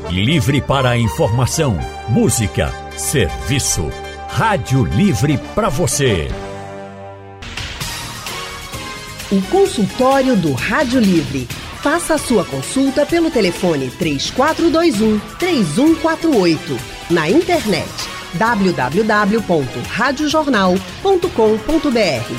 Livre para a informação, música, serviço. Rádio Livre para você. O consultório do Rádio Livre. Faça a sua consulta pelo telefone 3421-3148. Na internet www.radiojornal.com.br.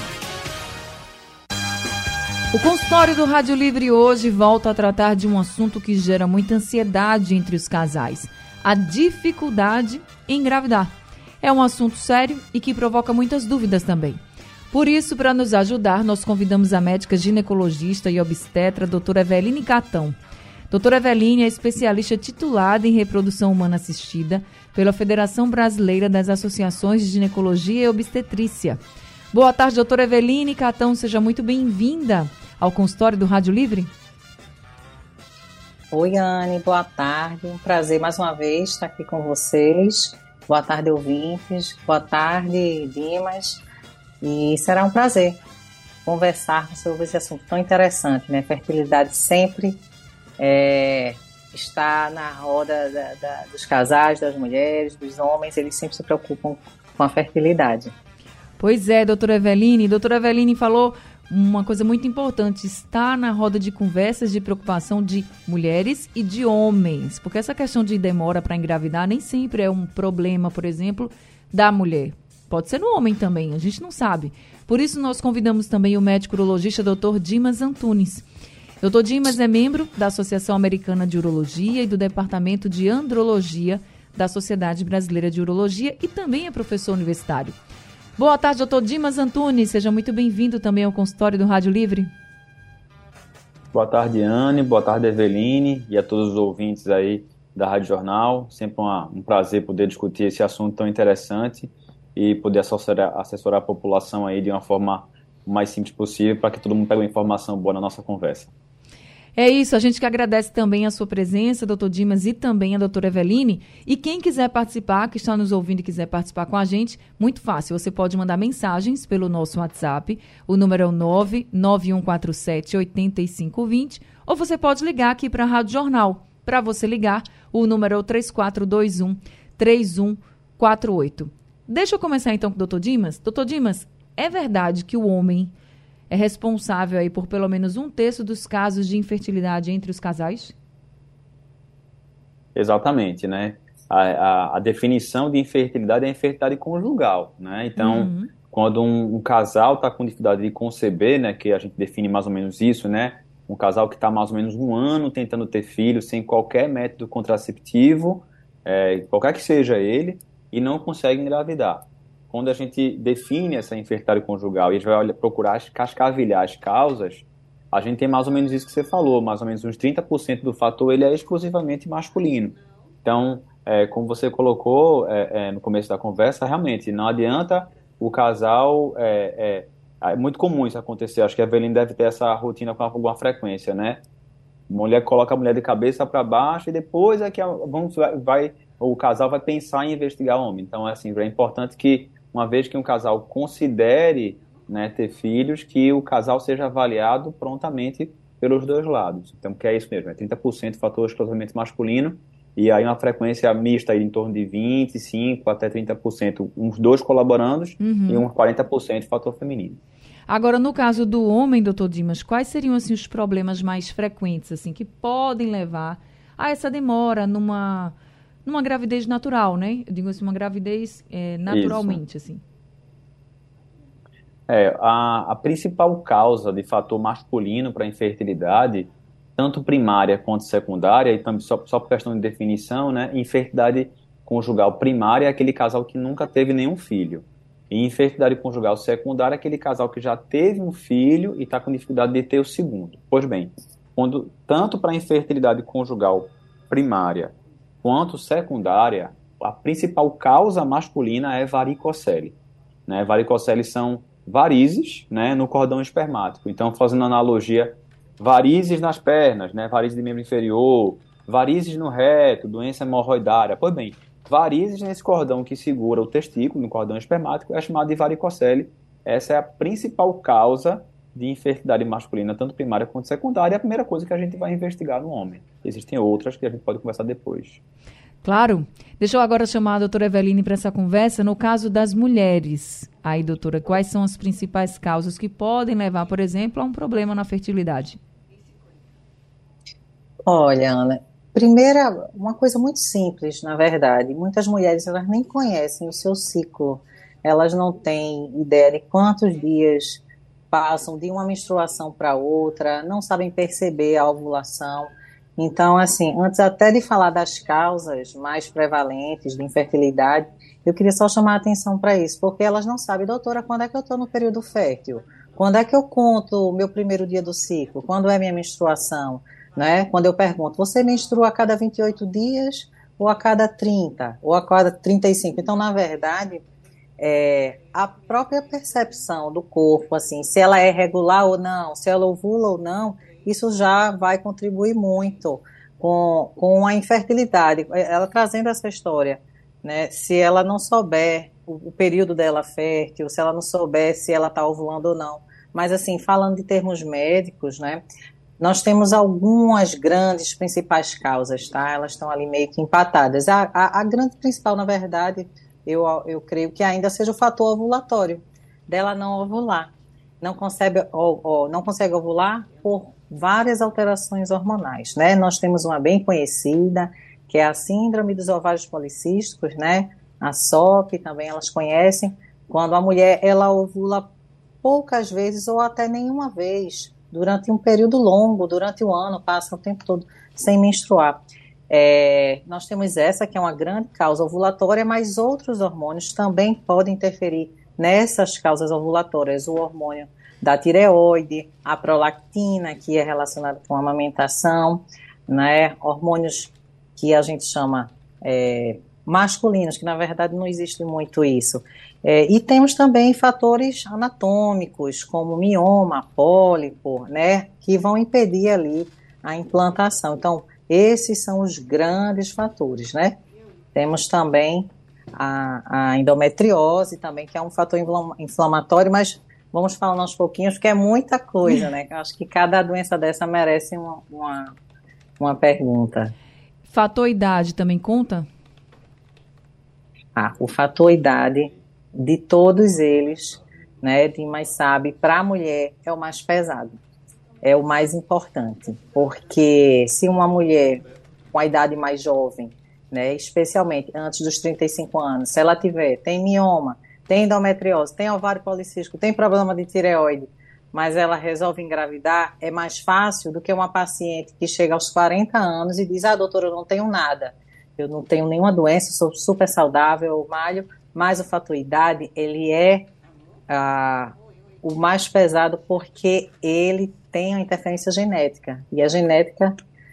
O consultório do Rádio Livre hoje volta a tratar de um assunto que gera muita ansiedade entre os casais: a dificuldade em engravidar. É um assunto sério e que provoca muitas dúvidas também. Por isso, para nos ajudar, nós convidamos a médica ginecologista e obstetra, doutora Eveline Catão. Doutora Eveline é especialista titulada em reprodução humana assistida pela Federação Brasileira das Associações de Ginecologia e Obstetrícia. Boa tarde, doutora Eveline Catão, seja muito bem-vinda ao consultório do Rádio Livre. Oi, Anne, boa tarde. Um prazer mais uma vez estar aqui com vocês. Boa tarde, ouvintes. Boa tarde, Dimas. E será um prazer conversar sobre esse assunto tão interessante, né? Fertilidade sempre está na roda dos casais, das mulheres, dos homens. Eles sempre se preocupam com a fertilidade. Pois é, doutora Eveline. Doutora Eveline falou uma coisa muito importante: está na roda de conversas de preocupação de mulheres e de homens. Porque essa questão de demora para engravidar nem sempre é um problema, por exemplo, da mulher. Pode ser no homem também, a gente não sabe. Por isso, nós convidamos também o médico urologista Dr. Dimas Antunes. Dr. Dimas é membro da Associação Americana de Urologia e do Departamento de Andrologia da Sociedade Brasileira de Urologia e também é professor universitário. Boa tarde, Dr. Dimas Antunes. Seja muito bem-vindo também ao consultório do Rádio Livre. Boa tarde, Anne. Boa tarde, Eveline, e a todos os ouvintes aí da Rádio Jornal. Sempre um prazer poder discutir esse assunto tão interessante e poder assessorar a população aí de uma forma mais simples possível para que todo mundo pegue uma informação boa na nossa conversa. É isso, a gente que agradece também a sua presença, doutor Dimas, e também a doutora Eveline. E quem quiser participar, que está nos ouvindo e quiser participar com a gente, muito fácil, você pode mandar mensagens pelo nosso WhatsApp, o número é o 99147-8520, ou você pode ligar aqui para a Rádio Jornal. Para você ligar, o número é o 3421-3148. Deixa eu começar então com o doutor Dimas. Doutor Dimas, é verdade que o homem é responsável aí por pelo menos 1/3 dos casos de infertilidade entre os casais? Exatamente, né? A definição de infertilidade é a infertilidade conjugal, né? Então, quando um casal está com dificuldade de conceber, né, que a gente define mais ou menos isso, né? Um casal que está mais ou menos 1 ano tentando ter filho sem qualquer método contraceptivo, qualquer que seja ele, e não consegue engravidar. Quando a gente define essa infertilidade conjugal e a gente vai procurar cascavilhar as causas, a gente tem mais ou menos isso que você falou, mais ou menos uns 30% do fator ele é exclusivamente masculino. Então, como você colocou no começo da conversa, realmente não adianta o casal... É muito comum isso acontecer, acho que a Eveline deve ter essa rotina com alguma frequência, né? Mulher coloca a mulher de cabeça para baixo e depois é que o casal vai pensar em investigar o homem. Então, assim, é importante que, uma vez que um casal considere, né, ter filhos, que o casal seja avaliado prontamente pelos dois lados. Então, que é isso mesmo, 30% fator exclusivamente masculino, e aí uma frequência mista aí em torno de 25% até 30%, uns dois colaborandos, e uns 40% fator feminino. Agora, no caso do homem, doutor Dimas, quais seriam assim, os problemas mais frequentes assim, que podem levar a essa demora numa gravidez natural, né? Eu digo assim, uma gravidez naturalmente, isso. assim. A principal causa de fator masculino para a infertilidade, tanto primária quanto secundária, e também só por questão de definição, né? Infertilidade conjugal primária é aquele casal que nunca teve nenhum filho. E infertilidade conjugal secundária é aquele casal que já teve um filho e está com dificuldade de ter o segundo. Pois bem, tanto para a infertilidade conjugal primária quanto secundária, a principal causa masculina é varicocele. Né? Varicocele são varizes, né, no cordão espermático. Então, fazendo analogia, varizes nas pernas, né, varizes de membro inferior, varizes no reto, doença hemorroidária. Pois bem, varizes nesse cordão que segura o testículo, no cordão espermático, é chamado de varicocele. Essa é a principal causa de infertilidade masculina, tanto primária quanto secundária, é a primeira coisa que a gente vai investigar no homem. Existem outras que a gente pode conversar depois. Claro. Deixa eu agora chamar a doutora Eveline para essa conversa. No caso das mulheres, aí, doutora, quais são as principais causas que podem levar, por exemplo, a um problema na fertilidade? Olha, Ana, primeira, uma coisa muito simples, na verdade. Muitas mulheres, elas nem conhecem o seu ciclo. Elas não têm ideia de quantos dias passam de uma menstruação para outra, não sabem perceber a ovulação. Então, assim, antes até de falar das causas mais prevalentes de infertilidade, eu queria só chamar a atenção para isso, porque elas não sabem, doutora, quando é que eu estou no período fértil? Quando é que eu conto o meu primeiro dia do ciclo? Quando é minha menstruação? Né? Quando eu pergunto, você menstrua a cada 28 dias ou a cada 30? Ou a cada 35? Então, na verdade, a própria percepção do corpo, assim, se ela é regular ou não, se ela ovula ou não, isso já vai contribuir muito com a infertilidade. Ela trazendo essa história, né? Se ela não souber o período dela fértil, se ela não souber se ela está ovulando ou não. Mas, assim, falando de termos médicos, né? Nós temos algumas grandes principais causas, tá? Elas estão ali meio que empatadas. A grande principal, na verdade, eu creio que ainda seja o fator ovulatório, dela não ovular. Não consegue ovular por várias alterações hormonais, né? Nós temos uma bem conhecida, que é a síndrome dos ovários policísticos, né? A SOP também elas conhecem, quando a mulher ela ovula poucas vezes ou até nenhuma vez, durante um período longo, durante o ano, passa o tempo todo sem menstruar. Nós temos essa que é uma grande causa ovulatória, mas outros hormônios também podem interferir nessas causas ovulatórias. O hormônio da tireoide, a prolactina, que é relacionada com a amamentação, né? Hormônios que a gente chama masculinos, que na verdade não existe muito isso. E temos também fatores anatômicos, como mioma, pólipo, né? Que vão impedir ali a implantação. Então, esses são os grandes fatores, né? Temos também a endometriose também, que é um fator inflamatório, mas vamos falar aos pouquinhos, porque é muita coisa, né? Acho que cada doença dessa merece uma pergunta. Fator idade também conta? O fator idade, de todos eles, né, mas sabe, para a mulher é o mais pesado, é o mais importante, porque se uma mulher com a idade mais jovem, né, especialmente antes dos 35 anos, se ela tem mioma, tem endometriose, tem ovário policístico, tem problema de tireoide, mas ela resolve engravidar, é mais fácil do que uma paciente que chega aos 40 anos e diz, doutora, eu não tenho nada, eu não tenho nenhuma doença, sou super saudável, eu malho, mas o fator idade, ele é o mais pesado porque ele tem a interferência genética, e a genética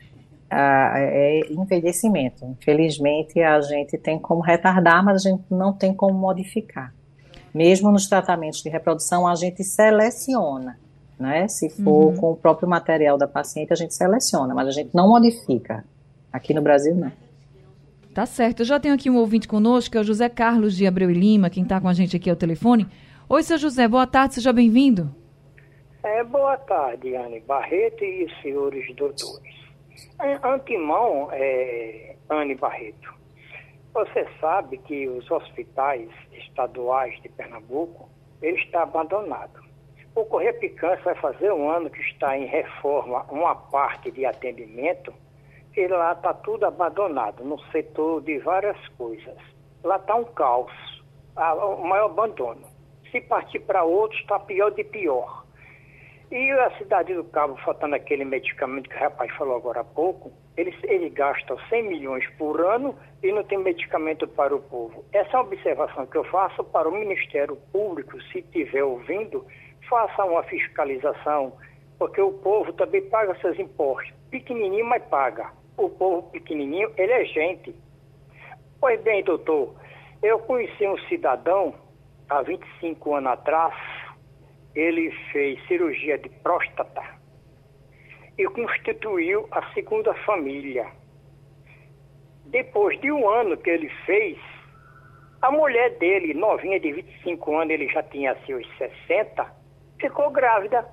é envelhecimento. Infelizmente, a gente tem como retardar, mas a gente não tem como modificar. Mesmo nos tratamentos de reprodução, a gente seleciona, né? Se for com o próprio material da paciente, a gente seleciona, mas a gente não modifica. Aqui no Brasil, não. Tá certo. Eu já tenho aqui um ouvinte conosco, que é o José Carlos de Abreu e Lima, quem está com a gente aqui ao telefone. Oi, seu José, boa tarde, seja bem-vindo. Boa tarde, Anne Barreto e senhores doutores. Antemão, Anne Barreto, você sabe que os hospitais estaduais de Pernambuco, ele está abandonado. O Correia Picante vai fazer um ano que está em reforma, uma parte de atendimento, e lá está tudo abandonado, no setor de várias coisas. Lá está um caos, o maior abandono. Se partir para outros, está pior de pior. E a cidade do Cabo, faltando aquele medicamento que o rapaz falou agora há pouco, ele gasta 100 milhões por ano e não tem medicamento para o povo. Essa é uma observação que eu faço para o Ministério Público, se estiver ouvindo, faça uma fiscalização, porque o povo também paga seus impostos. Pequenininho, mas paga. O povo pequenininho, ele é gente. Pois bem, doutor, eu conheci um cidadão, há 25 anos atrás, ele fez cirurgia de próstata e constituiu a segunda família. Depois de um ano que ele fez, a mulher dele, novinha de 25 anos, ele já tinha seus 60, ficou grávida.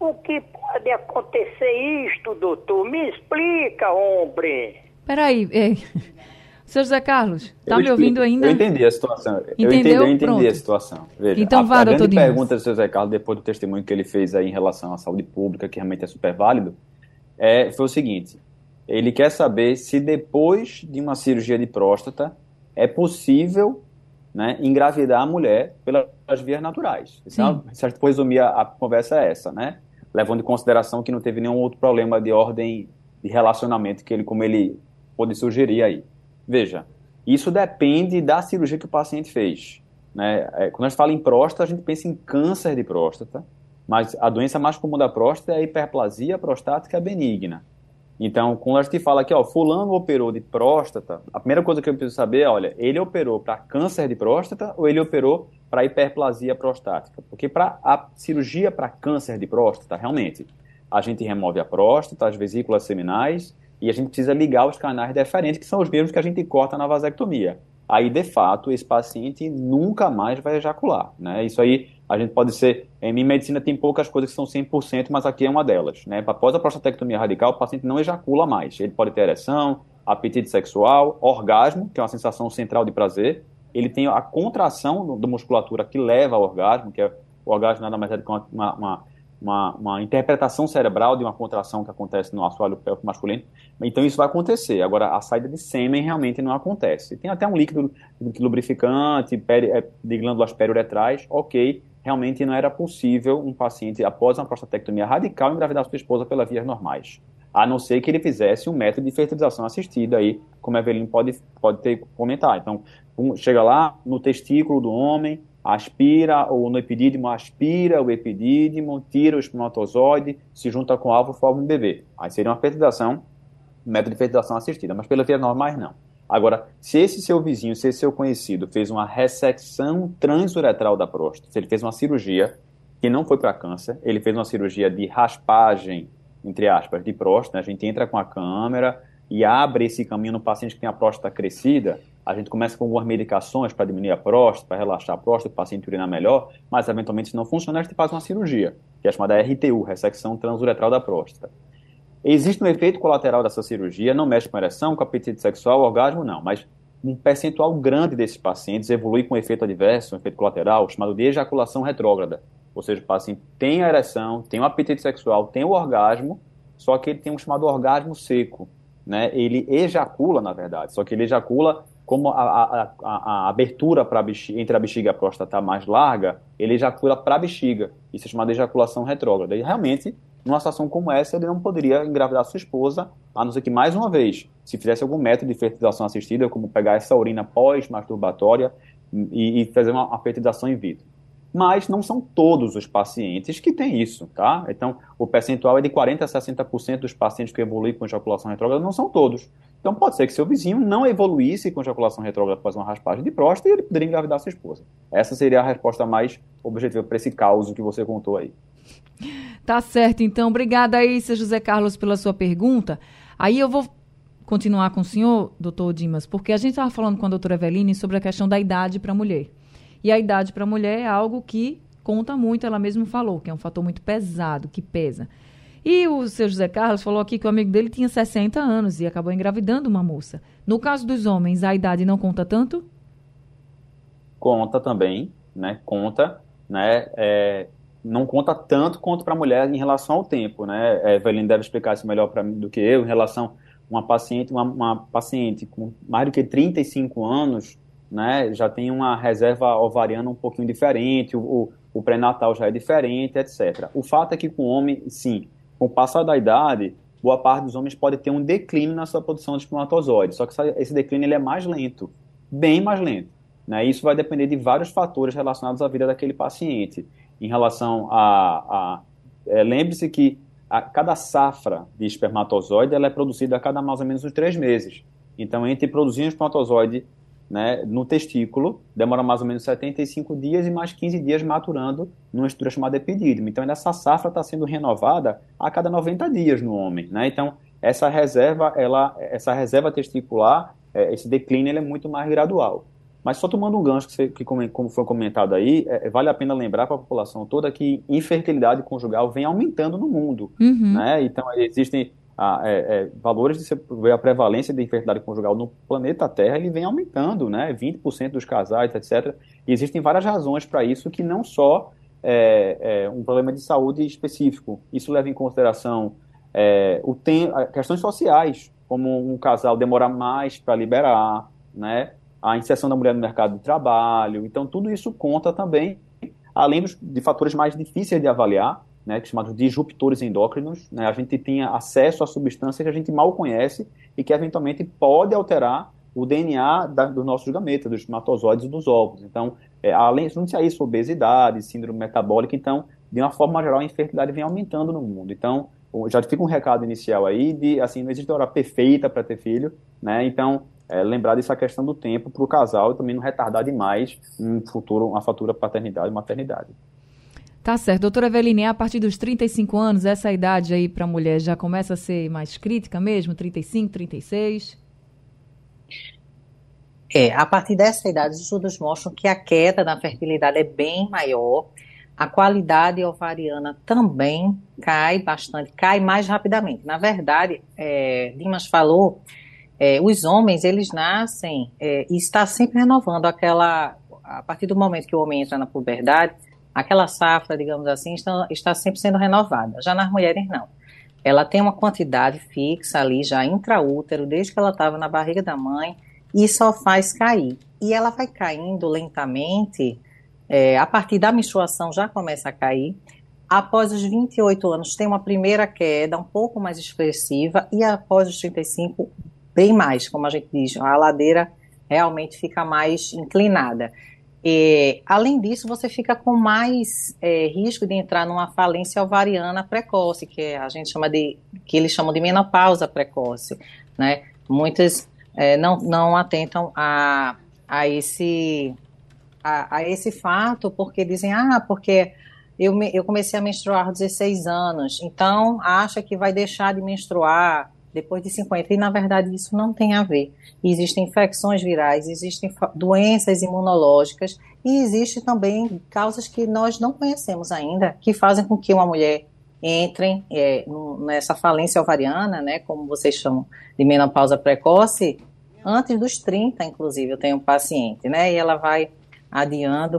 O que pode acontecer isto, doutor? Me explica, homem. Peraí, seu José Carlos, tá me ouvindo ainda? Eu entendi a situação. Entendeu? Eu entendi a situação. Veja, então vá, doutor Dimas. A grande pergunta do seu José Carlos, depois do testemunho que ele fez aí em relação à saúde pública, que realmente é super válido, foi o seguinte: ele quer saber se depois de uma cirurgia de próstata é possível, né, engravidar a mulher pelas vias naturais. Então, se a gente for resumir, a conversa é essa, né? Levando em consideração que não teve nenhum outro problema de ordem de relacionamento como ele pode sugerir aí. Veja, isso depende da cirurgia que o paciente fez, né? Quando a gente fala em próstata, a gente pensa em câncer de próstata, mas a doença mais comum da próstata é a hiperplasia prostática benigna. Então, quando a gente fala aqui, fulano operou de próstata, a primeira coisa que eu preciso saber é, olha, ele operou para câncer de próstata ou ele operou para hiperplasia prostática? Porque para a cirurgia para câncer de próstata, realmente, a gente remove a próstata, as vesículas seminais, e a gente precisa ligar os canais deferentes, que são os mesmos que a gente corta na vasectomia. Aí, de fato, esse paciente nunca mais vai ejacular, né? Isso aí, a gente pode ser... Em medicina tem poucas coisas que são 100%, mas aqui é uma delas, né? Após a prostatectomia radical, o paciente não ejacula mais. Ele pode ter ereção, apetite sexual, orgasmo, que é uma sensação central de prazer. Ele tem a contração da musculatura que leva ao orgasmo, que é o orgasmo nada mais é do que uma interpretação cerebral de uma contração que acontece no assoalho pélvico masculino. Então isso vai acontecer. Agora, a saída de sêmen realmente não acontece. Tem até um líquido lubrificante de glândulas periuretrais, ok, realmente não era possível um paciente, após uma prostatectomia radical, engravidar sua esposa pelas vias normais. A não ser que ele fizesse um método de fertilização assistida aí, como a Eveline pode comentar. Então, chega lá no testículo do homem, aspira, ou no epidídimo, aspira o epidídimo, tira o espermatozoide, se junta com o alvo e forma um bebê. Aí seria uma fertilização, método de fertilização assistida, mas pelas vias normais não. Agora, se esse seu vizinho, se esse seu conhecido fez uma ressecção transuretral da próstata, se ele fez uma cirurgia que não foi para câncer, ele fez uma cirurgia de raspagem, entre aspas, de próstata, a gente entra com a câmera e abre esse caminho no paciente que tem a próstata crescida, a gente começa com algumas medicações para diminuir a próstata, para relaxar a próstata, o paciente urinar melhor, mas eventualmente se não funciona, a gente faz uma cirurgia, que é chamada RTU, ressecção transuretral da próstata. Existe um efeito colateral dessa cirurgia, não mexe com ereção, com apetite sexual, orgasmo, não, mas um percentual grande desses pacientes evolui com um efeito adverso, um efeito colateral, chamado de ejaculação retrógrada. Ou seja, o paciente tem a ereção, tem o apetite sexual, tem o orgasmo, só que ele tem um chamado orgasmo seco, né? Ele ejacula, na verdade, só que ele ejacula como a abertura entre a bexiga e a próstata está mais larga, ele ejacula para a bexiga. Isso é chamado de ejaculação retrógrada. E realmente, numa situação como essa, ele não poderia engravidar sua esposa, a não ser que, mais uma vez, se fizesse algum método de fertilização assistida, como pegar essa urina pós-masturbatória e fazer uma fertilização in vitro. Mas não são todos os pacientes que têm isso, tá? Então, o percentual é de 40% a 60% dos pacientes que evoluem com ejaculação retrógrada, não são todos. Então, pode ser que seu vizinho não evoluísse com ejaculação retrógrada após uma raspagem de próstata e ele poderia engravidar sua esposa. Essa seria a resposta mais objetiva para esse caso que você contou aí. Tá certo, então. Obrigada aí, seu José Carlos, pela sua pergunta. Aí eu vou continuar com o senhor, doutor Dimas, porque a gente estava falando com a doutora Eveline sobre a questão da idade para a mulher. E a idade para a mulher é algo que conta muito, ela mesma falou, que é um fator muito pesado, que pesa. E o seu José Carlos falou aqui que o amigo dele tinha 60 anos e acabou engravidando uma moça. No caso dos homens, a idade não conta tanto? Conta também, né? Conta, né? Não conta tanto quanto para a mulher em relação ao tempo, né? A Eveline deve explicar isso melhor para mim do que eu, em relação a uma paciente com mais do que 35 anos, né, já tem uma reserva ovariana um pouquinho diferente, o pré-natal já é diferente, etc. O fato é que com o homem, sim, com o passar da idade, boa parte dos homens pode ter um declínio na sua produção de espermatozoide, só que esse declínio ele é mais lento, bem mais lento, né? Isso vai depender de vários fatores relacionados à vida daquele paciente. Em relação lembre-se que cada safra de espermatozoide ela é produzida a cada mais ou menos uns 3 meses. Então, entre produzir um espermatozoide, né, no testículo, demora mais ou menos 75 dias e mais 15 dias maturando numa estrutura chamada epidídimo. Então, essa safra está sendo renovada a cada 90 dias no homem, né? Então, essa reserva testicular, esse declínio ele é muito mais gradual. Mas só tomando um gancho como foi comentado aí, vale a pena lembrar para a população toda que infertilidade conjugal vem aumentando no mundo, né? Então, existem valores de você ver a prevalência de infertilidade conjugal no planeta Terra, ele vem aumentando, né? 20% dos casais, etc. E existem várias razões para isso, que não só um problema de saúde específico. Isso leva em consideração questões sociais, como um casal demora mais para liberar, né? A inserção da mulher no mercado de trabalho. Então, tudo isso conta também, além de fatores mais difíceis de avaliar, né, chamados disruptores endócrinos, né? A gente tem acesso a substâncias que a gente mal conhece e que, eventualmente, pode alterar o DNA dos nossos gametas, dos espermatozoides e dos óvulos. Então, além de isso, obesidade, síndrome metabólica, então, de uma forma geral, a infertilidade vem aumentando no mundo. Então, já fica um recado inicial aí de, assim, não existe hora perfeita para ter filho, né? Então, lembrar dessa questão do tempo para o casal e também não retardar demais uma futura paternidade e maternidade. Tá certo. Doutora Eveline, a partir dos 35 anos, essa idade aí para a mulher já começa a ser mais crítica mesmo? 35, 36? A partir dessa idade, os estudos mostram que a queda na fertilidade é bem maior. A qualidade ovariana também cai bastante, cai mais rapidamente. Na verdade, Dimas falou, os homens, eles nascem e está sempre renovando a partir do momento que o homem entra na puberdade, aquela safra, digamos assim, está sempre sendo renovada. Já nas mulheres, não. Ela tem uma quantidade fixa ali, já intraútero, desde que ela estava na barriga da mãe, e só faz cair. E ela vai caindo lentamente, a partir da menstruação já começa a cair. Após os 28 anos tem uma primeira queda, um pouco mais expressiva, e após os 35, bem mais, como a gente diz, a ladeira realmente fica mais inclinada. Além disso, você fica com mais risco de entrar numa falência ovariana precoce, que que eles chamam de menopausa precoce, né? Muitas não atentam a esse fato, porque dizem, porque eu comecei a menstruar aos 16 anos, então acha que vai deixar de menstruar depois de 50, e na verdade isso não tem a ver. Existem infecções virais, existem doenças imunológicas, e existem também causas que nós não conhecemos ainda, que fazem com que uma mulher entre nessa falência ovariana, né, como vocês chamam de menopausa precoce, antes dos 30, inclusive, eu tenho um paciente, né, e ela vai adiando.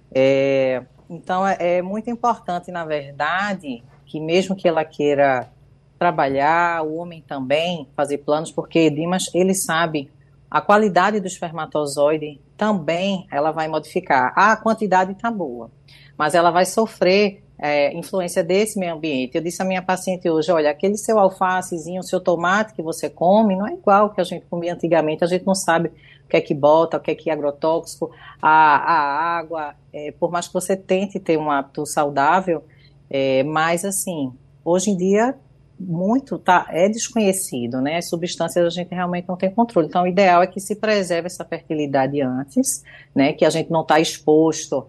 Então, é muito importante, na verdade, que mesmo que ela queira trabalhar, o homem também, fazer planos, porque Dimas, ele sabe, a qualidade do espermatozoide também ela vai modificar. A quantidade está boa, mas ela vai sofrer influência desse meio ambiente. Eu disse à minha paciente hoje, olha, aquele seu alfacezinho, o seu tomate que você come, não é igual que a gente comia antigamente, a gente não sabe o que é que bota, o que é que é agrotóxico, a água, por mais que você tente ter um hábito saudável, mas assim, hoje em dia muito é desconhecido, né? As substâncias a gente realmente não tem controle. Então, o ideal é que se preserve essa fertilidade antes, né? Que a gente não está exposto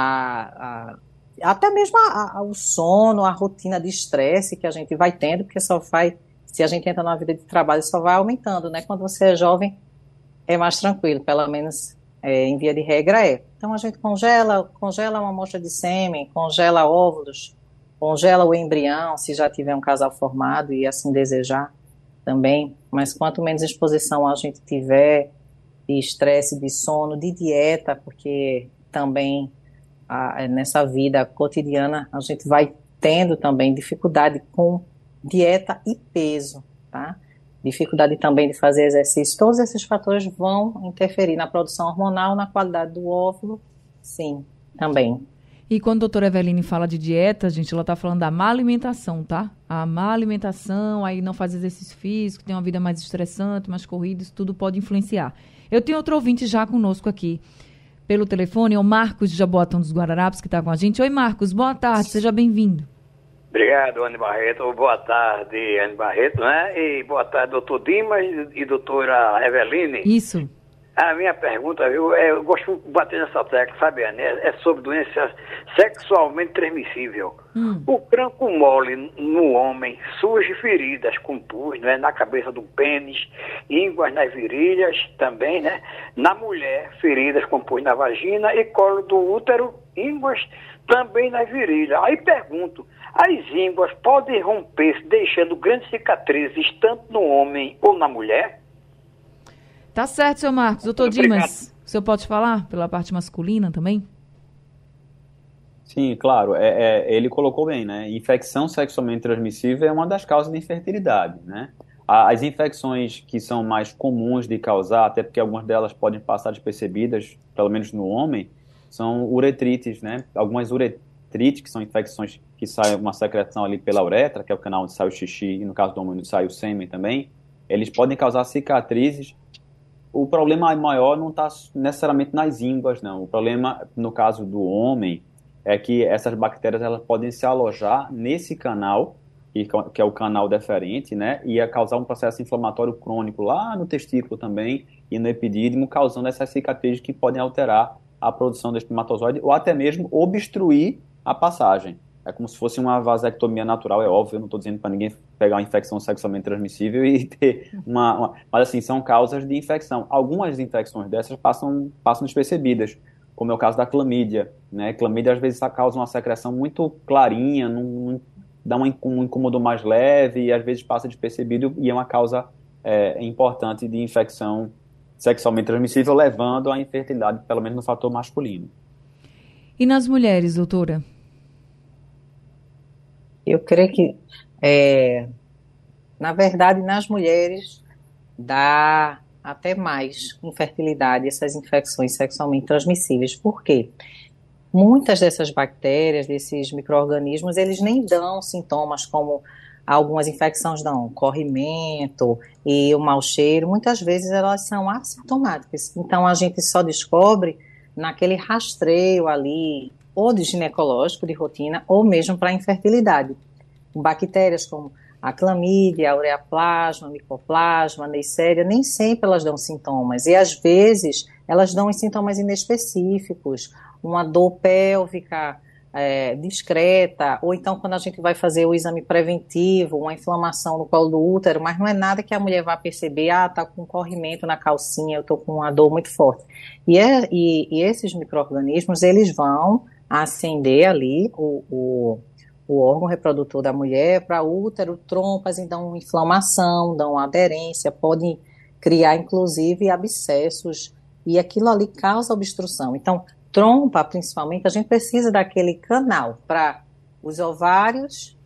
até mesmo ao sono, à rotina de estresse que a gente vai tendo, porque se a gente entra na vida de trabalho, só vai aumentando, né? Quando você é jovem, é mais tranquilo, pelo menos em via de regra Então, a gente congela uma amostra de sêmen, congela óvulos, congela o embrião, se já tiver um casal formado e assim desejar também, mas quanto menos exposição a gente tiver de estresse, de sono, de dieta, porque também nessa vida cotidiana a gente vai tendo também dificuldade com dieta e peso, tá? Dificuldade também de fazer exercício, todos esses fatores vão interferir na produção hormonal, na qualidade do óvulo, sim, também. E quando a doutora Eveline fala de dieta, gente, ela está falando da má alimentação, tá? A má alimentação, aí não faz exercício físico, tem uma vida mais estressante, mais corrida, isso tudo pode influenciar. Eu tenho outro ouvinte já conosco aqui pelo telefone, é o Marcos de Jaboatão dos Guararapes, que está com a gente. Oi, Marcos, boa tarde, seja bem-vindo. Obrigado, Anne Barreto. Boa tarde, Anne Barreto, né? E boa tarde, doutor Dimas e doutora Eveline. Isso. A minha pergunta, viu, eu gosto de bater nessa tecla, sabe, Anne? É sobre doença sexualmente transmissível. O crânio mole no homem surge feridas com pus, né, na cabeça do pênis, ínguas nas virilhas também, né? Na mulher, feridas com pus na vagina e colo do útero, ínguas também nas virilhas. Aí pergunto, as ínguas podem romper, deixando grandes cicatrizes tanto no homem ou na mulher? Tá certo, seu Marcos. Doutor Dimas, o senhor pode falar pela parte masculina também? Sim, claro. Ele colocou bem, né? Infecção sexualmente transmissível é uma das causas de infertilidade, né? As infecções que são mais comuns de causar, até porque algumas delas podem passar despercebidas, pelo menos no homem, são uretrites, né? Algumas uretrites, que são infecções que saem uma secreção ali pela uretra, que é o canal onde sai o xixi, e no caso do homem onde sai o sêmen também, eles podem causar cicatrizes. O problema maior não está necessariamente nas ínguas, não. O problema, no caso do homem, é que essas bactérias elas podem se alojar nesse canal, que é o canal deferente, né? E causar um processo inflamatório crônico lá no testículo também e no epidídimo, causando essas cicatrizes que podem alterar a produção do espermatozoide ou até mesmo obstruir a passagem. É como se fosse uma vasectomia natural, é óbvio, eu não estou dizendo para ninguém pegar uma infecção sexualmente transmissível e ter uma... Mas, assim, são causas de infecção. Algumas infecções dessas passam despercebidas, como é o caso da clamídia, né? Clamídia, às vezes, causa uma secreção muito clarinha, dá um incômodo mais leve e, às vezes, passa despercebido e é uma causa importante de infecção sexualmente transmissível, levando à infertilidade, pelo menos no fator masculino. E nas mulheres, doutora? Eu creio que, na verdade, nas mulheres dá até mais infertilidade, essas infecções sexualmente transmissíveis. Por quê? Muitas dessas bactérias, desses micro-organismos, eles nem dão sintomas como algumas infecções dão, corrimento e o mau cheiro. Muitas vezes elas são assintomáticas. Então a gente só descobre naquele rastreio ali, ou de ginecológico, de rotina, ou mesmo para infertilidade. Bactérias como a clamídia, a ureaplasma, micoplasma, neisseria, nem sempre elas dão sintomas. E às vezes elas dão sintomas inespecíficos, uma dor pélvica discreta, ou então quando a gente vai fazer o exame preventivo, uma inflamação no colo do útero, mas não é nada que a mulher vá perceber, tá com corrimento na calcinha, eu tô com uma dor muito forte. E esses micro-organismos, eles vão acender ali o órgão reprodutor da mulher para útero, trompas, e dão inflamação, dão aderência, podem criar inclusive abscessos, e aquilo ali causa obstrução. Então, trompa, principalmente, a gente precisa daquele canal para os ovários,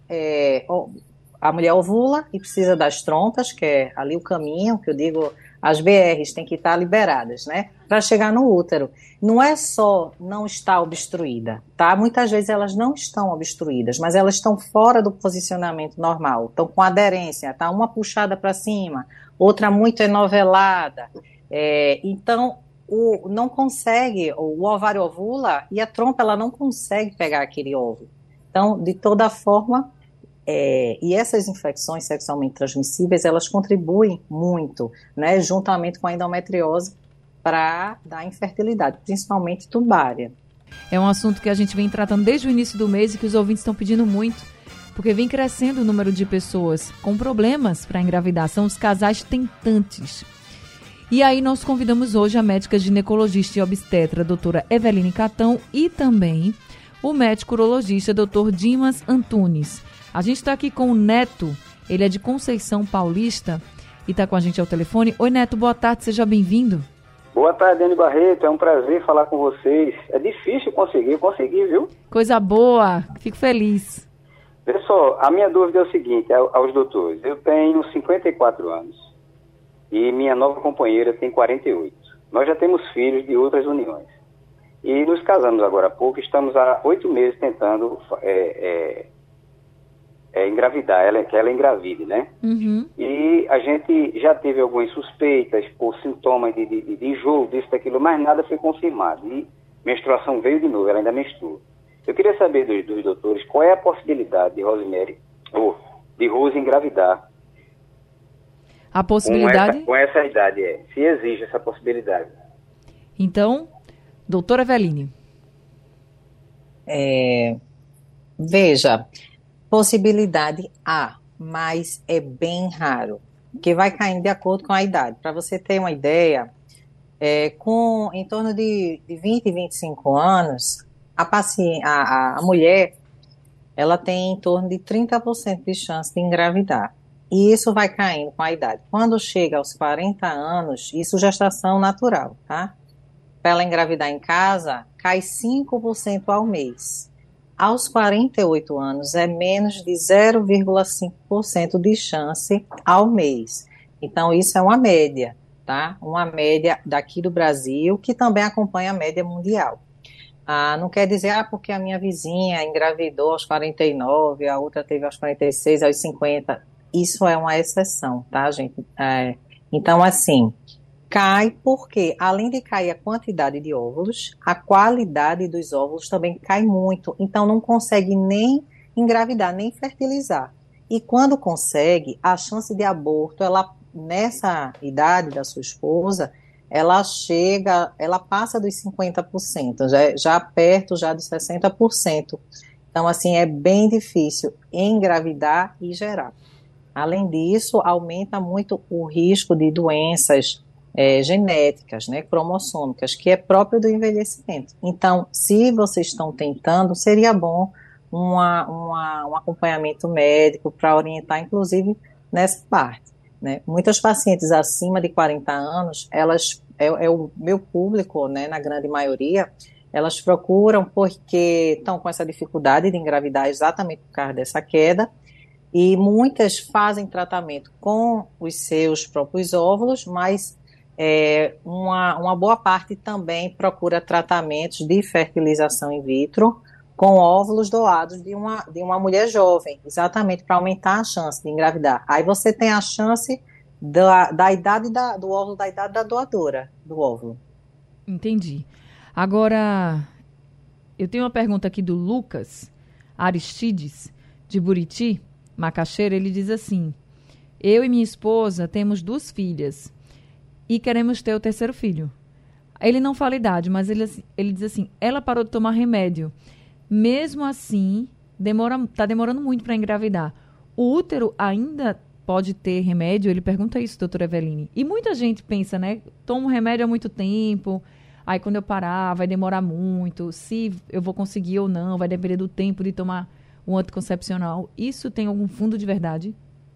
a mulher ovula e precisa das trompas, que é ali o caminho, que eu digo, as BRs têm que estar liberadas, né, para chegar no útero. Não é só não estar obstruída, tá? Muitas vezes elas não estão obstruídas, mas elas estão fora do posicionamento normal, estão com aderência, tá? Uma puxada para cima, outra muito enovelada. Então, não consegue, o ovário ovula e a trompa ela não consegue pegar aquele óvulo. Então, de toda forma, e essas infecções sexualmente transmissíveis, elas contribuem muito, né, juntamente com a endometriose, para dar infertilidade, principalmente tubária. É um assunto que a gente vem tratando desde o início do mês e que os ouvintes estão pedindo muito, porque vem crescendo o número de pessoas com problemas para engravidar, são os casais tentantes. E aí nós convidamos hoje a médica ginecologista e obstetra, doutora Eveline Catão, e também o médico urologista, doutor Dimas Antunes. A gente está aqui com o Neto, ele é de Conceição Paulista e está com a gente ao telefone. Oi, Neto, boa tarde, seja bem-vindo. Boa tarde, Anne Barreto, é um prazer falar com vocês. É difícil conseguir, viu? Coisa boa, fico feliz. Pessoal, a minha dúvida é o seguinte, aos doutores, eu tenho 54 anos. E minha nova companheira tem 48. Nós já temos filhos de outras uniões. E nos casamos agora há pouco, estamos há 8 meses tentando engravidar, que ela engravide, né? Uhum. E a gente já teve algumas suspeitas por sintomas de enjoo, disso, daquilo, mas nada foi confirmado. E menstruação veio de novo, ela ainda menstrua. Eu queria saber dos doutores qual é a possibilidade de Rose engravidar. A possibilidade? Com essa idade, se existe essa possibilidade. Então, doutora Eveline. Veja, possibilidade há, mas é bem raro, que vai caindo de acordo com a idade. Para você ter uma ideia, em torno de 20 e 25 anos, a mulher, ela tem em torno de 30% de chance de engravidar. E isso vai caindo com a idade. Quando chega aos 40 anos, isso gestação natural, tá? Para ela engravidar em casa, cai 5% ao mês. Aos 48 anos, é menos de 0,5% de chance ao mês. Então, isso é uma média, tá? Uma média daqui do Brasil, que também acompanha a média mundial. Não quer dizer, porque a minha vizinha engravidou aos 49, a outra teve aos 46, aos 50. Isso é uma exceção, tá, gente? Então, assim, cai porque, além de cair a quantidade de óvulos, a qualidade dos óvulos também cai muito. Então, não consegue nem engravidar, nem fertilizar. E quando consegue, a chance de aborto, nessa idade da sua esposa, ela passa dos 50%, já perto já dos 60%. Então, assim, é bem difícil engravidar e gerar. Além disso, aumenta muito o risco de doenças genéticas, né, cromossômicas, que é próprio do envelhecimento. Então, se vocês estão tentando, seria bom um acompanhamento médico para orientar, inclusive, nessa parte, né? Muitas pacientes acima de 40 anos, o meu público, né, na grande maioria, elas procuram porque estão com essa dificuldade de engravidar exatamente por causa dessa queda, e muitas fazem tratamento com os seus próprios óvulos, mas uma boa parte também procura tratamentos de fertilização in vitro com óvulos doados de uma mulher jovem, exatamente para aumentar a chance de engravidar. Aí você tem a chance da idade do óvulo, da idade da doadora do óvulo. Entendi. Agora, eu tenho uma pergunta aqui do Lucas Aristides, de Buriti, Macaxeira. Ele diz assim: eu e minha esposa temos 2 filhas e queremos ter o 3º filho. Ele não fala a idade, mas ele diz assim: ela parou de tomar remédio. Mesmo assim, está demorando muito para engravidar. O útero ainda pode ter remédio? Ele pergunta isso, doutora Eveline. E muita gente pensa, né? Tomo remédio há muito tempo, aí quando eu parar vai demorar muito, se eu vou conseguir ou não, vai depender do tempo de tomar um anticoncepcional. Isso tem algum fundo de verdade?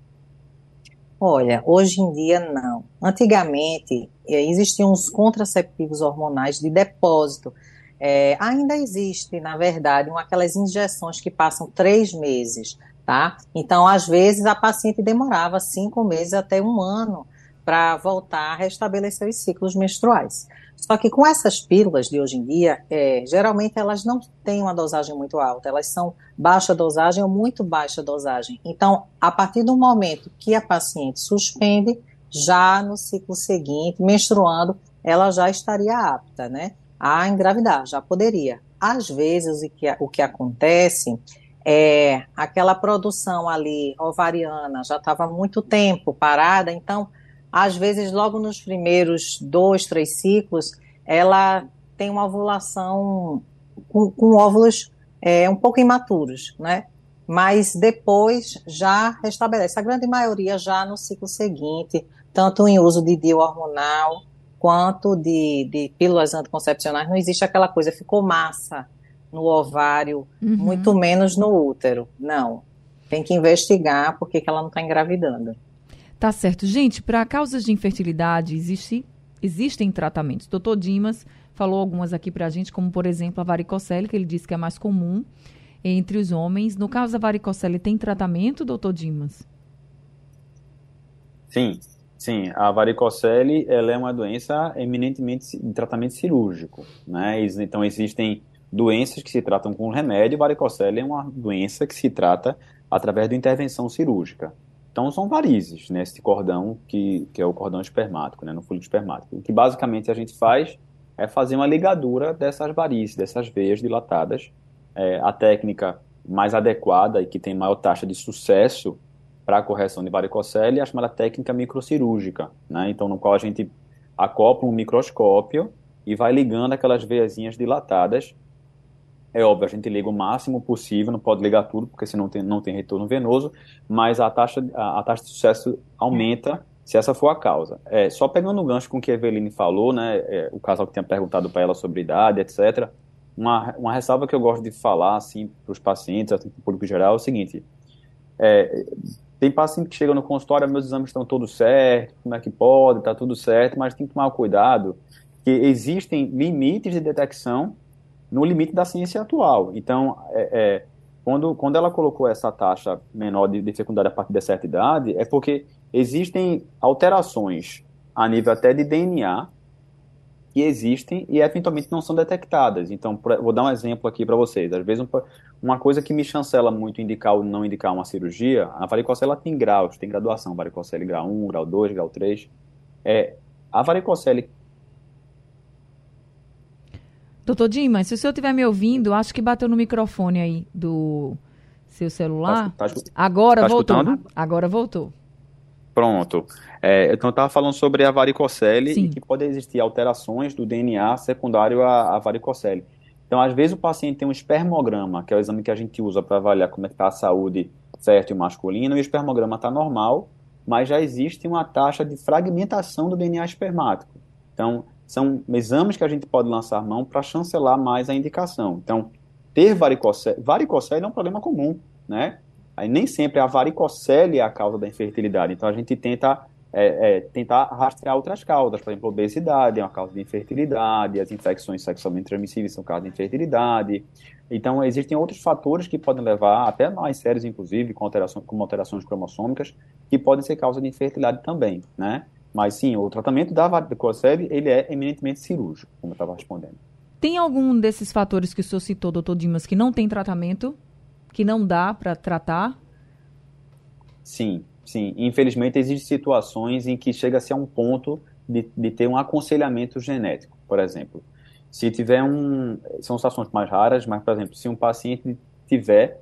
Olha, hoje em dia não. Antigamente, existiam os contraceptivos hormonais de depósito. Ainda existe, na verdade, aquelas injeções que passam 3 meses, tá? Então, às vezes, a paciente demorava 5 meses até 1 ano para voltar a restabelecer os ciclos menstruais. Só que com essas pílulas de hoje em dia, geralmente elas não têm uma dosagem muito alta, elas são baixa dosagem ou muito baixa dosagem. Então, a partir do momento que a paciente suspende, já no ciclo seguinte, menstruando, ela já estaria apta, né, a engravidar, já poderia. Às vezes, o que acontece é aquela produção ali ovariana já estava muito tempo parada, então, às vezes, logo nos primeiros 2, 3 ciclos, ela tem uma ovulação com óvulos um pouco imaturos, né? Mas depois já restabelece. A grande maioria já no ciclo seguinte, tanto em uso de DIU hormonal quanto de pílulas anticoncepcionais, não existe aquela coisa, ficou massa no ovário, muito menos no útero. Não, tem que investigar por que ela não está engravidando. Tá certo. Gente, para causas de infertilidade, existem tratamentos. Doutor Dimas falou algumas aqui para a gente, como, por exemplo, a varicocele, que ele disse que é mais comum entre os homens. No caso da varicocele, tem tratamento, doutor Dimas? Sim. A varicocele, ela é uma doença eminentemente de tratamento cirúrgico, né? Então, existem doenças que se tratam com remédio. Varicocele é uma doença que se trata através de intervenção cirúrgica. Então, são varizes nesse cordão, que é o cordão espermático, né, no fluido espermático. O que basicamente a gente faz é fazer uma ligadura dessas varizes, dessas veias dilatadas. A técnica mais adequada e que tem maior taxa de sucesso para a correção de varicocele é a chamada técnica microcirúrgica, né? Então, no qual a gente acopla um microscópio e vai ligando aquelas veiazinhas dilatadas. É óbvio, a gente liga o máximo possível, não pode ligar tudo, porque senão não tem retorno venoso, mas a taxa de sucesso aumenta se essa for a causa. Só pegando o gancho com o que a Eveline falou, né, o casal que tinha perguntado para ela sobre idade, etc., uma ressalva que eu gosto de falar, assim, para os pacientes, assim, para o público geral, é o seguinte: tem paciente que chega no consultório, meus exames estão todos certos, como é que pode, está tudo certo, mas tem que tomar cuidado, que existem limites de detecção no limite da ciência atual. Então, quando ela colocou essa taxa menor de fecundidade a partir de certa idade, é porque existem alterações a nível até de DNA que existem e eventualmente não são detectadas. Então, vou dar um exemplo aqui para vocês. Às vezes, uma coisa que me chancela muito indicar ou não indicar uma cirurgia, a varicocele tem graus, tem graduação, varicocele grau 1, grau 2, grau 3. A varicocele... Doutor Dimas, se o senhor estiver me ouvindo, acho que bateu no microfone aí do seu celular. Agora voltou. Escutando? Agora voltou. Pronto. Então, eu estava falando sobre a varicocele e que pode existir alterações do DNA secundário à varicocele. Então, às vezes, o paciente tem um espermograma, que é o exame que a gente usa para avaliar como é que está a saúde fértil masculina, e o espermograma está normal, mas já existe uma taxa de fragmentação do DNA espermático. Então, são exames que a gente pode lançar mão para chancelar mais a indicação. Então, ter varicocele é um problema comum, né? Aí nem sempre a varicocele é a causa da infertilidade. Então, a gente tenta tentar rastrear outras causas. Por exemplo, a obesidade é uma causa de infertilidade, as infecções sexualmente transmissíveis são causa de infertilidade. Então, existem outros fatores que podem levar, até mais sérios, inclusive, como alterações cromossômicas, que podem ser causa de infertilidade também, né? Mas sim, o tratamento da varicocele, ele é eminentemente cirúrgico, como eu estava respondendo. Tem algum desses fatores que o senhor citou, doutor Dimas, que não tem tratamento? Que não dá para tratar? Sim. Infelizmente, existem situações em que chega a ser um ponto de ter um aconselhamento genético, por exemplo. Se tiver são situações mais raras, mas, por exemplo, se um paciente tiver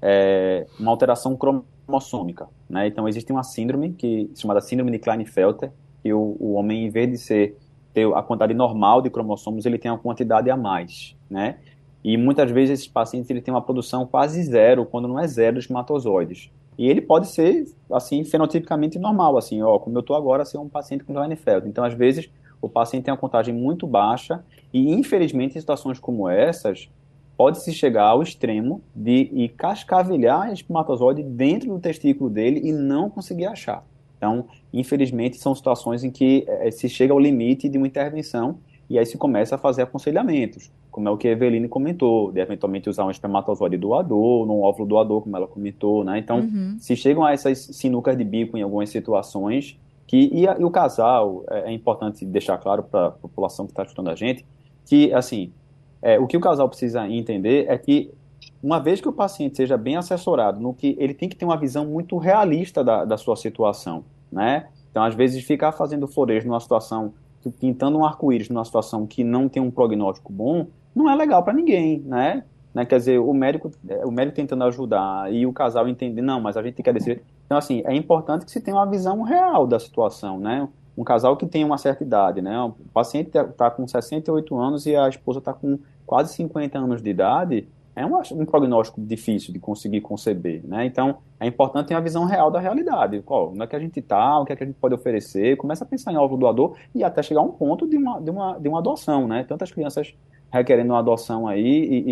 uma alteração cromossômica, né? Então, existe uma síndrome chamada síndrome de Klinefelter, que o homem, em vez de ter a quantidade normal de cromossomos, ele tem uma quantidade a mais, né? E muitas vezes esses pacientes ele tem uma produção quase zero, quando não é zero, de espermatozoides. E ele pode ser, assim, fenotipicamente normal, assim, como eu estou agora, ser um paciente com Klinefelter. Então, às vezes, o paciente tem uma contagem muito baixa e, infelizmente, em situações como essas, pode-se chegar ao extremo de cascavelhar espermatozoide dentro do testículo dele e não conseguir achar. Então, infelizmente, são situações em que se chega ao limite de uma intervenção e aí se começa a fazer aconselhamentos, como é o que a Eveline comentou, de eventualmente usar um espermatozoide doador, um óvulo doador, como ela comentou, né? Então, se chegam a essas sinucas de bico em algumas situações, e o casal, é importante deixar claro para a população que está escutando a gente, que, assim, o que o casal precisa entender é que, uma vez que o paciente seja bem assessorado, no que ele tem que ter uma visão muito realista da sua situação, né? Então, às vezes, ficar fazendo florejo numa situação, pintando um arco-íris numa situação que não tem um prognóstico bom, não é legal para ninguém, né? Quer dizer, o médico tentando ajudar e o casal entender, não, mas a gente quer decidir. Então, assim, é importante que se tenha uma visão real da situação, né? Um casal que tem uma certa idade, né? O paciente está com 68 anos e a esposa está com quase 50 anos de idade, é um prognóstico difícil de conseguir conceber, né? Então, é importante ter uma visão real da realidade. Onde é que a gente está, o que é que a gente pode oferecer, começa a pensar em óvulo doador e até chegar a um ponto de uma adoção, né? Tantas crianças requerendo uma adoção aí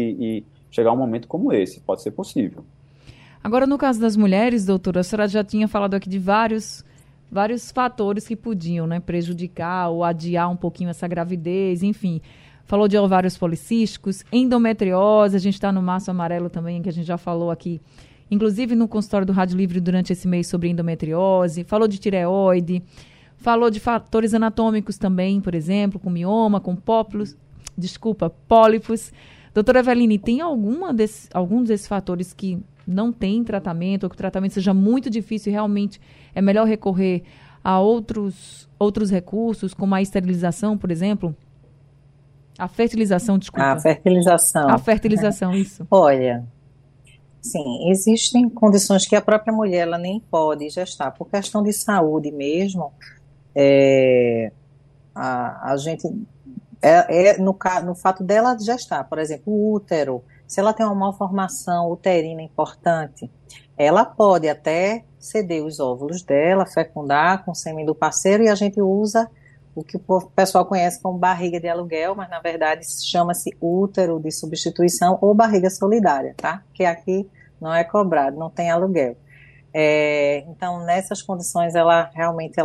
e chegar a um momento como esse, pode ser possível. Agora, no caso das mulheres, doutora, a senhora já tinha falado aqui de vários fatores que podiam, né, prejudicar ou adiar um pouquinho essa gravidez, enfim. Falou de ovários policísticos, endometriose, a gente está no Março Amarelo também, que a gente já falou aqui, inclusive no consultório do Rádio Livre durante esse mês sobre endometriose, falou de tireoide, falou de fatores anatômicos também, por exemplo, com mioma, com pólipos. Doutora Eveline, tem algum desses fatores que não tem tratamento, ou que o tratamento seja muito difícil e realmente é melhor recorrer a outros recursos, como a esterilização, por exemplo? A fertilização, desculpa. A fertilização. A fertilização, isso. Olha, Sim, existem condições que a própria mulher ela nem pode gestar, por questão de saúde mesmo. A gente no fato dela gestar, por exemplo, o útero, se ela tem uma malformação uterina importante, ela pode até ceder os óvulos dela, fecundar com o sêmen do parceiro, e a gente usa o que o pessoal conhece como barriga de aluguel, mas na verdade chama-se útero de substituição ou barriga solidária, tá? Que aqui não é cobrado, não tem aluguel. Então, nessas condições, ela realmente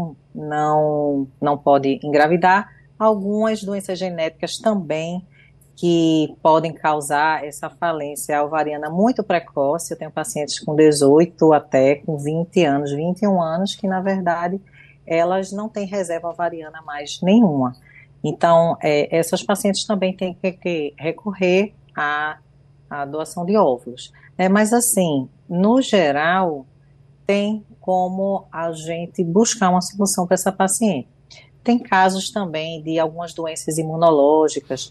não pode engravidar. Algumas doenças genéticas também que podem causar essa falência ovariana muito precoce. Eu tenho pacientes com 18 até com 20 anos, 21 anos, que na verdade elas não têm reserva ovariana mais nenhuma. Então, essas pacientes também têm que recorrer à doação de óvulos. Mas assim, no geral, tem como a gente buscar uma solução para essa paciente. Tem casos também de algumas doenças imunológicas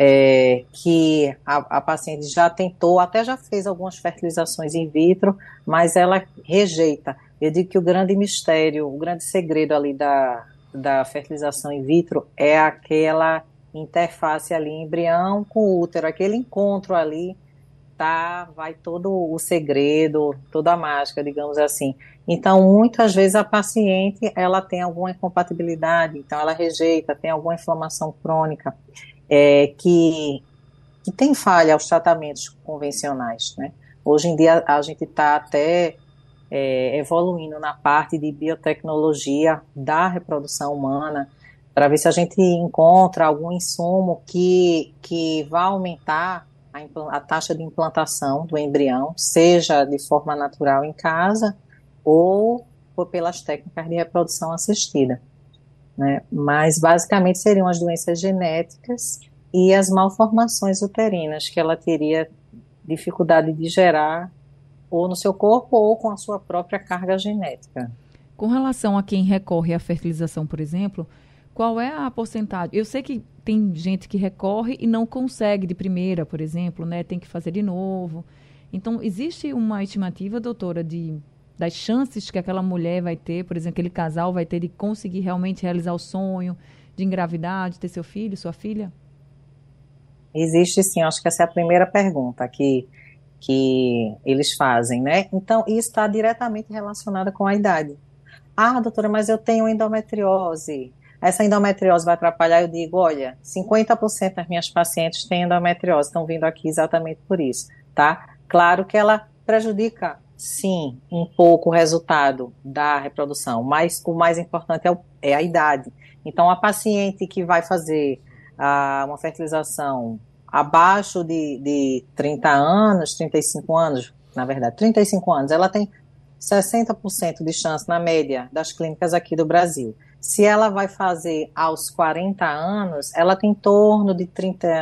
que a paciente já tentou, até já fez algumas fertilizações in vitro, mas ela rejeita. Eu digo que o grande mistério, o grande segredo ali da fertilização in vitro é aquela interface ali, embrião com útero, aquele encontro ali, vai todo o segredo, toda a mágica, digamos assim. Então, muitas vezes a paciente, ela tem alguma incompatibilidade, então ela rejeita, tem alguma inflamação crônica, que tem falha aos tratamentos convencionais, né? Hoje em dia a gente está até evoluindo na parte de biotecnologia da reprodução humana, para ver se a gente encontra algum insumo que vai aumentar a taxa de implantação do embrião, seja de forma natural em casa ou pelas técnicas de reprodução assistida, né? Mas basicamente seriam as doenças genéticas e as malformações uterinas que ela teria dificuldade de gerar ou no seu corpo ou com a sua própria carga genética. Com relação a quem recorre à fertilização, por exemplo, qual é a porcentagem? Eu sei que tem gente que recorre e não consegue de primeira, por exemplo, né? Tem que fazer de novo. Então, existe uma estimativa, doutora, das chances que aquela mulher vai ter, por exemplo, aquele casal vai ter de conseguir realmente realizar o sonho de engravidar, de ter seu filho, sua filha? Existe sim, acho que essa é a primeira pergunta que eles fazem, né? Então, isso está diretamente relacionado com a idade. Ah, doutora, mas eu tenho endometriose. Essa endometriose vai atrapalhar? Eu digo, olha, 50% das minhas pacientes têm endometriose, estão vindo aqui exatamente por isso, tá? Claro que ela prejudica, sim, um pouco o resultado da reprodução, mas o mais importante é a idade. Então, a paciente que vai fazer uma fertilização abaixo de 30 anos, 35 anos, na verdade, 35 anos, ela tem 60% de chance na média das clínicas aqui do Brasil. Se ela vai fazer aos 40 anos, ela tem em torno de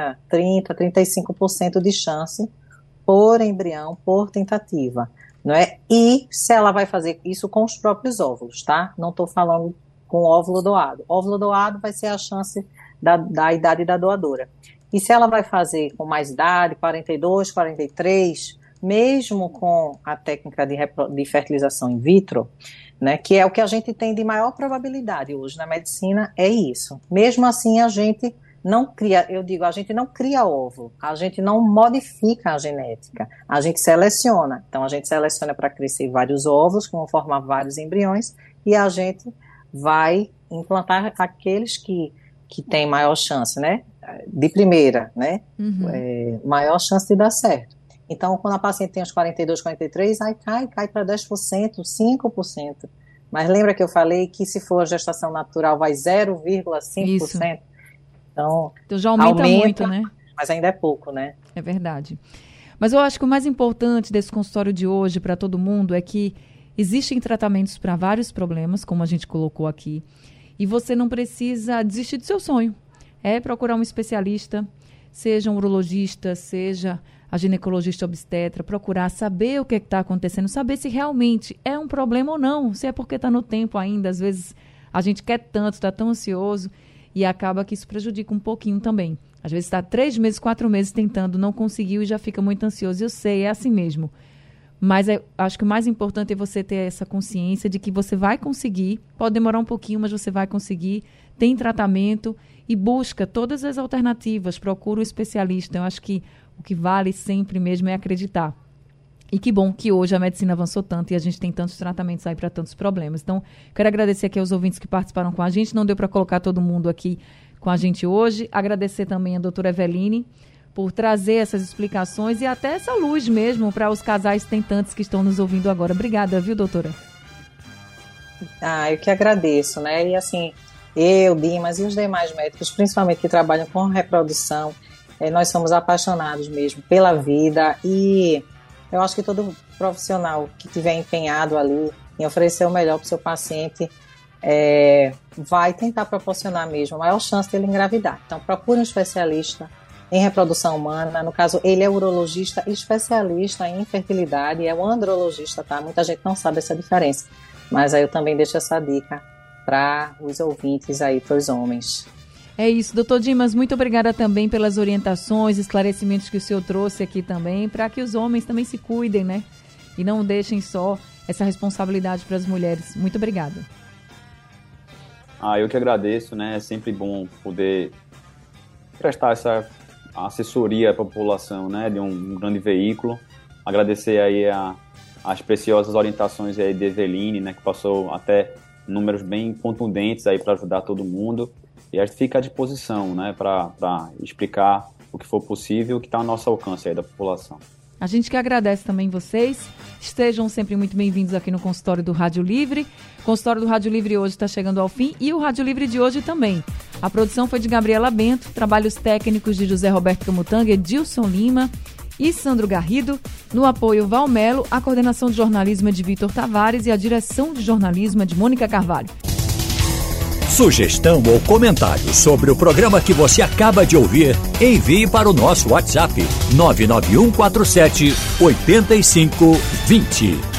35% de chance por embrião, por tentativa, não é? E se ela vai fazer isso com os próprios óvulos, tá? Não estou falando com óvulo doado. Óvulo doado vai ser a chance da idade da doadora. E se ela vai fazer com mais idade, 42, 43, mesmo com a técnica de fertilização in vitro, né, que é o que a gente tem de maior probabilidade hoje na medicina, é isso. Mesmo assim, a gente não cria, a gente não cria óvulo, a gente não modifica a genética, a gente seleciona. Então, a gente seleciona para crescer vários óvulos, que vão formar vários embriões, e a gente vai implantar aqueles que têm maior chance, né, de primeira, né, maior chance de dar certo. Então, quando a paciente tem uns 42, 43, aí cai para 10%, 5%. Mas lembra que eu falei que se for gestação natural vai 0,5%? Então já aumenta muito, né? Mas ainda é pouco, né? É verdade. Mas eu acho que o mais importante desse consultório de hoje para todo mundo é que existem tratamentos para vários problemas, como a gente colocou aqui, e você não precisa desistir do seu sonho. É procurar um especialista, seja um urologista, seja a ginecologista obstetra, procurar saber o que está acontecendo, saber se realmente é um problema ou não, se é porque está no tempo ainda, às vezes a gente quer tanto, está tão ansioso, e acaba que isso prejudica um pouquinho também. Às vezes está 3 meses, 4 meses tentando, não conseguiu e já fica muito ansioso. Eu sei, é assim mesmo. Mas acho que o mais importante é você ter essa consciência de que você vai conseguir, pode demorar um pouquinho, mas você vai conseguir, tem tratamento e busca todas as alternativas, procura um especialista. Eu acho que o que vale sempre mesmo é acreditar. E que bom que hoje a medicina avançou tanto e a gente tem tantos tratamentos aí para tantos problemas. Então, quero agradecer aqui aos ouvintes que participaram com a gente. Não deu para colocar todo mundo aqui com a gente hoje. Agradecer também a doutora Eveline por trazer essas explicações e até essa luz mesmo para os casais tentantes que estão nos ouvindo agora. Obrigada, viu, doutora? Eu que agradeço, né? E assim, eu, Dimas e os demais médicos, principalmente que trabalham com reprodução, nós somos apaixonados mesmo pela vida e eu acho que todo profissional que estiver empenhado ali em oferecer o melhor para o seu paciente vai tentar proporcionar mesmo a maior chance dele engravidar. Então, procure um especialista em reprodução humana. No caso, ele é urologista especialista em infertilidade, é um andrologista, tá? Muita gente não sabe essa diferença. Mas aí eu também deixo essa dica para os ouvintes aí, para os homens. É isso, doutor Dimas, muito obrigada também pelas orientações, esclarecimentos que o senhor trouxe aqui também, para que os homens também se cuidem, né? E não deixem só essa responsabilidade para as mulheres. Muito obrigada. Eu que agradeço, né? É sempre bom poder prestar essa assessoria à população, né? De um grande veículo. Agradecer aí as preciosas orientações aí de Eveline, né? Que passou até números bem contundentes aí para ajudar todo mundo. E a gente fica à disposição, né, para explicar o que for possível, o que está ao nosso alcance aí da população. A gente que agradece também vocês. Estejam sempre muito bem-vindos aqui no consultório do Rádio Livre. O consultório do Rádio Livre hoje está chegando ao fim e o Rádio Livre de hoje também. A produção foi de Gabriela Bento, trabalhos técnicos de José Roberto Camutanga, Edilson Lima e Sandro Garrido. No apoio Valmelo, a coordenação de jornalismo é de Vitor Tavares e a direção de jornalismo é de Mônica Carvalho. Sugestão ou comentário sobre o programa que você acaba de ouvir, envie para o nosso WhatsApp 99147 8520.